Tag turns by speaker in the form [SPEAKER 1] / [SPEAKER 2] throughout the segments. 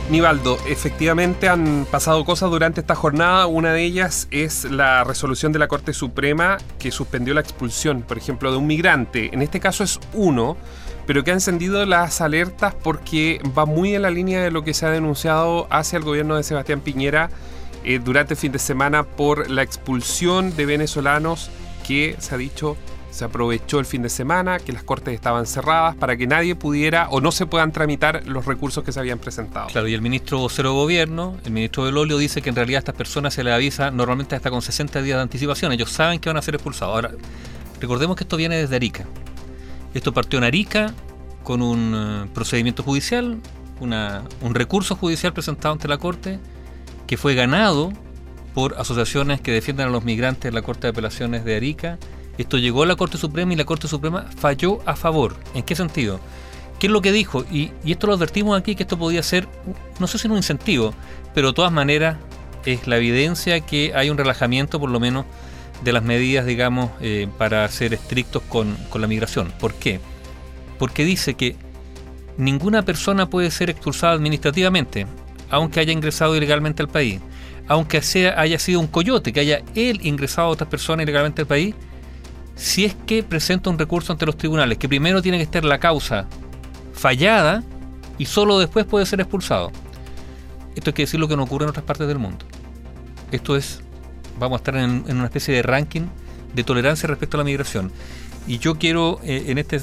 [SPEAKER 1] Nivaldo, efectivamente han pasado cosas durante esta jornada. Una de ellas es la resolución de la Corte Suprema que suspendió la expulsión, por ejemplo, de un migrante. En este caso es uno, pero que ha encendido las alertas porque va muy en la línea de lo que se ha denunciado hacia el gobierno de Sebastián Piñera durante el fin de semana por la expulsión de venezolanos que se ha dicho se aprovechó el fin de semana, que las cortes estaban cerradas para que nadie pudiera o no se puedan tramitar los recursos que se habían presentado.
[SPEAKER 2] Claro, y el ministro vocero de gobierno, el ministro Belolio, dice que en realidad a estas personas se les avisa normalmente hasta con 60 días de anticipación. Ellos saben que van a ser expulsados. Ahora, recordemos que esto viene desde Arica. Esto partió en Arica con un procedimiento judicial, un recurso judicial presentado ante la Corte, que fue ganado por asociaciones que defienden a los migrantes en la Corte de Apelaciones de Arica. Esto llegó a la Corte Suprema y la Corte Suprema falló a favor. ¿En qué sentido? ¿Qué es lo que dijo? Y esto lo advertimos aquí, que esto podía ser, no sé si un incentivo, pero de todas maneras es la evidencia que hay un relajamiento, por lo menos, de las medidas, digamos, para ser estrictos con la migración. ¿Por qué? Porque dice que ninguna persona puede ser expulsada administrativamente, aunque haya ingresado ilegalmente al país, aunque haya sido un coyote, que haya él ingresado a otras personas ilegalmente al país, si es que presenta un recurso ante los tribunales, que primero tiene que estar la causa fallada y solo después puede ser expulsado. Esto hay que decir lo que no ocurre en otras partes del mundo. Esto es, vamos a estar en una especie de ranking de tolerancia respecto a la migración. Y yo quiero, en este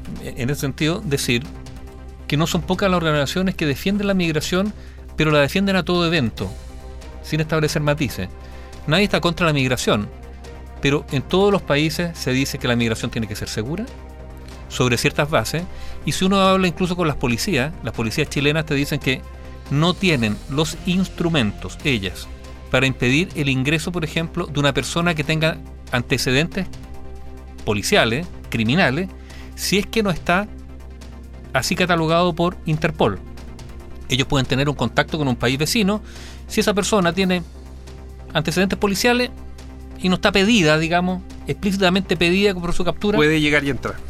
[SPEAKER 2] sentido, decir que no son pocas las organizaciones que defienden la migración, pero la defienden a todo evento, sin establecer matices. Nadie está contra la migración, pero en todos los países se dice que la migración tiene que ser segura, sobre ciertas bases, y si uno habla incluso con las policías chilenas te dicen que no tienen los instrumentos, ellas, para impedir el ingreso, por ejemplo, de una persona que tenga antecedentes policiales, criminales, si es que no está así catalogado por Interpol. Ellos pueden tener un contacto con un país vecino, si esa persona tiene antecedentes policiales y no está pedida, digamos, explícitamente pedida por su captura,
[SPEAKER 1] puede llegar y entrar.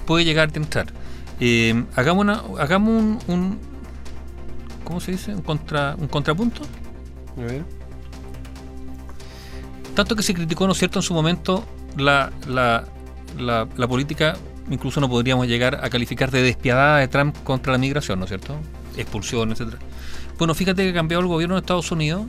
[SPEAKER 2] Hagamos un ¿cómo se dice? Un contrapunto.
[SPEAKER 1] A ver.
[SPEAKER 2] Tanto que se criticó, ¿no es cierto?, en su momento la política, incluso no podríamos llegar a calificar de despiadada de Trump contra la migración, ¿no es cierto? Expulsión, etcétera. Bueno, fíjate que ha cambiado el gobierno de Estados Unidos.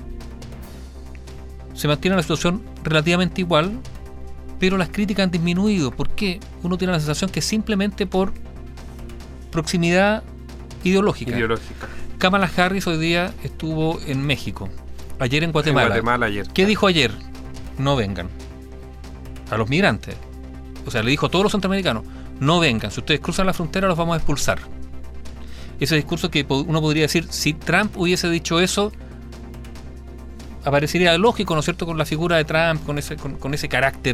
[SPEAKER 2] Se mantiene la situación relativamente igual, pero las críticas han disminuido. ¿Por qué? Uno tiene la sensación que simplemente por proximidad ideológica. Kamala Harris hoy día estuvo en México, ayer en Guatemala.
[SPEAKER 1] Ayer.
[SPEAKER 2] ¿Qué dijo ayer? No vengan. A los migrantes. O sea, le dijo a todos los centroamericanos, no vengan, si ustedes cruzan la frontera los vamos a expulsar. Ese discurso que uno podría decir, si Trump hubiese dicho eso, aparecería lógico, ¿no es cierto?, con la figura de Trump, con ese carácter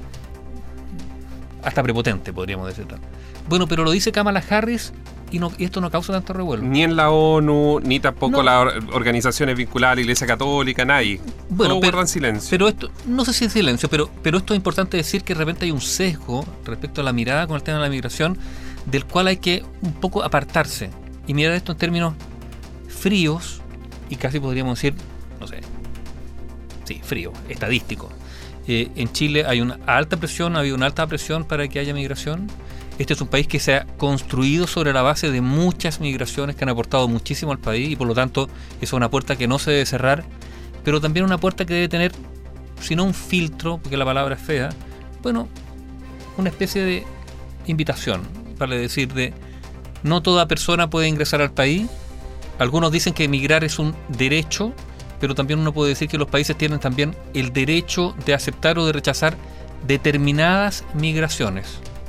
[SPEAKER 2] hasta prepotente, podríamos decir. Bueno, pero lo dice Kamala Harris y esto no causa tanto revuelo.
[SPEAKER 1] Ni en la ONU, ni tampoco las organizaciones vinculadas a la Iglesia Católica, nadie.
[SPEAKER 2] Bueno,
[SPEAKER 1] todos guardan silencio.
[SPEAKER 2] Pero esto, no sé si es silencio, pero esto es importante decir que de repente hay un sesgo respecto a la mirada con el tema de la migración, del cual hay que un poco apartarse y mirar esto en términos fríos y casi podríamos decir, no sé, sí, frío, estadístico. En Chile hay una alta presión, ha habido una alta presión para que haya migración. Este es un país que se ha construido sobre la base de muchas migraciones que han aportado muchísimo al país y por lo tanto es una puerta que no se debe cerrar, pero también una puerta que debe tener, si no un filtro, porque la palabra es fea, bueno, una especie de invitación, vale decir, de no toda persona puede ingresar al país. Algunos dicen que emigrar es un derecho, pero también uno puede decir que los países tienen también el derecho de aceptar o de rechazar determinadas migraciones.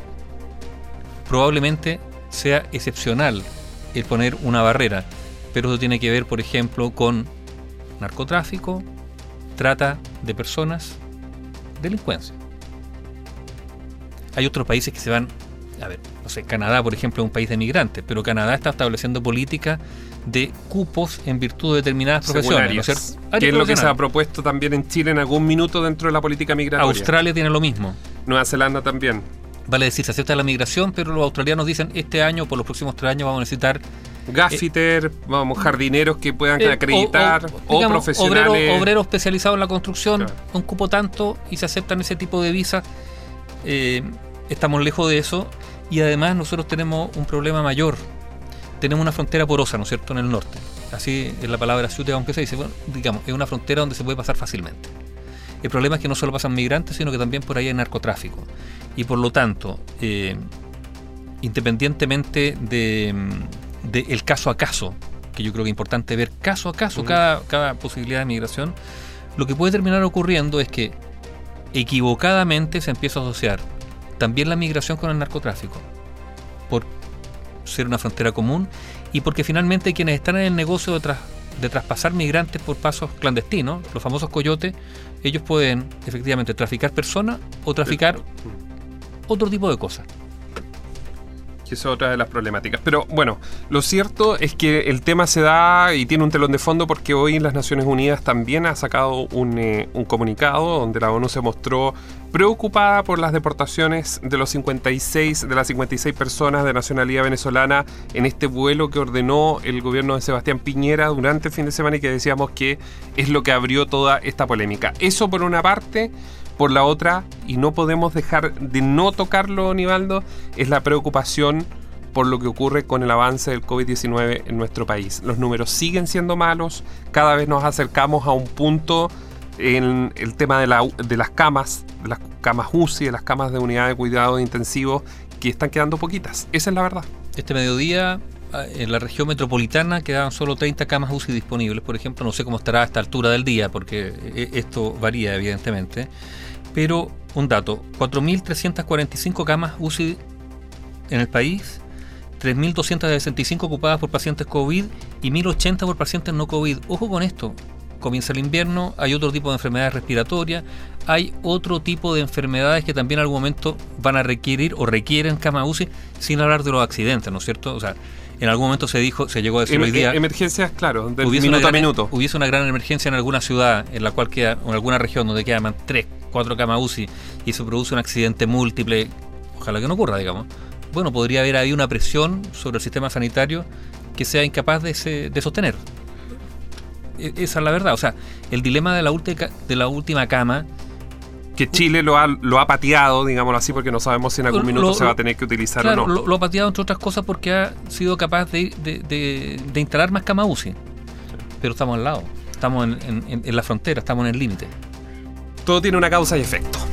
[SPEAKER 2] Probablemente sea excepcional el poner una barrera, pero eso tiene que ver, por ejemplo, con narcotráfico, trata de personas, delincuencia. Hay otros países que se van, a ver, no sé, Canadá, por ejemplo, es un país de migrantes, pero Canadá está estableciendo políticas de cupos en virtud de determinadas profesiones, ¿no es cierto?
[SPEAKER 1] Que es lo que se ha propuesto también en Chile en algún minuto dentro de la política migratoria.
[SPEAKER 2] Australia tiene lo mismo.
[SPEAKER 1] Nueva Zelanda también.
[SPEAKER 2] Vale decir, se acepta la migración, pero los australianos dicen, este año, por los próximos 3 años, vamos a necesitar
[SPEAKER 1] Gaffiter, jardineros que puedan acreditar, o profesionales.
[SPEAKER 2] Obreros especializados en la construcción,
[SPEAKER 1] Claro.
[SPEAKER 2] un cupo tanto y se aceptan ese tipo de visas. Estamos lejos de eso y además nosotros tenemos un problema mayor. Tenemos una frontera porosa, ¿no es cierto?, en el norte. Así es la palabra ciudad, aunque se dice, bueno, digamos, es una frontera donde se puede pasar fácilmente. El problema es que no solo pasan migrantes, sino que también por ahí hay narcotráfico. Y por lo tanto, independientemente de el caso a caso, que yo creo que es importante ver caso a caso cada posibilidad de migración, lo que puede terminar ocurriendo es que equivocadamente se empieza a asociar también la migración con el narcotráfico, por ser una frontera común y porque finalmente quienes están en el negocio de traspasar migrantes por pasos clandestinos, los famosos coyotes, ellos pueden efectivamente traficar personas o traficar otro tipo de cosas.
[SPEAKER 1] Que es otra de las problemáticas. Pero bueno, lo cierto es que el tema se da y tiene un telón de fondo porque hoy las Naciones Unidas también ha sacado un comunicado donde la ONU se mostró preocupada por las deportaciones de las 56 personas de nacionalidad venezolana en este vuelo que ordenó el gobierno de Sebastián Piñera durante el fin de semana y que decíamos que es lo que abrió toda esta polémica. Eso por una parte. Por la otra, y no podemos dejar de no tocarlo, Nivaldo, es la preocupación por lo que ocurre con el avance del COVID-19 en nuestro país. Los números siguen siendo malos, cada vez nos acercamos a un punto en el tema de las camas UCI, de las camas de unidad de cuidado intensivo, que están quedando poquitas. Esa es la verdad.
[SPEAKER 2] Este mediodía, en la región metropolitana, quedaban solo 30 camas UCI disponibles, por ejemplo. No sé cómo estará a esta altura del día, porque esto varía, evidentemente. Pero, un dato, 4.345 camas UCI en el país, 3.265 ocupadas por pacientes COVID y 1.080 por pacientes no COVID. Ojo con esto, comienza el invierno, hay otro tipo de enfermedades respiratorias, hay otro tipo de enfermedades que también en algún momento van a requerir o requieren cama UCI, sin hablar de los accidentes, ¿no es cierto? O sea, en algún momento se llegó a decir hoy día...
[SPEAKER 1] Emergencias, claro, del minuto a minuto.
[SPEAKER 2] Hubiese una gran emergencia en alguna ciudad, en la cual queda, o en alguna región donde quedan 3, 4 camas UCI y se produce un accidente múltiple, ojalá que no ocurra, digamos. Bueno, podría haber ahí una presión sobre el sistema sanitario que sea incapaz de sostener. Esa es la verdad. O sea, el dilema de la última cama...
[SPEAKER 1] Que Chile lo ha pateado, digámoslo así, porque no sabemos si en algún minuto se va a tener que utilizar,
[SPEAKER 2] claro,
[SPEAKER 1] o no.
[SPEAKER 2] Lo ha pateado entre otras cosas porque ha sido capaz de instalar más camas UCI. Pero estamos al lado, estamos en la frontera, estamos en el límite.
[SPEAKER 1] Todo tiene una causa y efecto.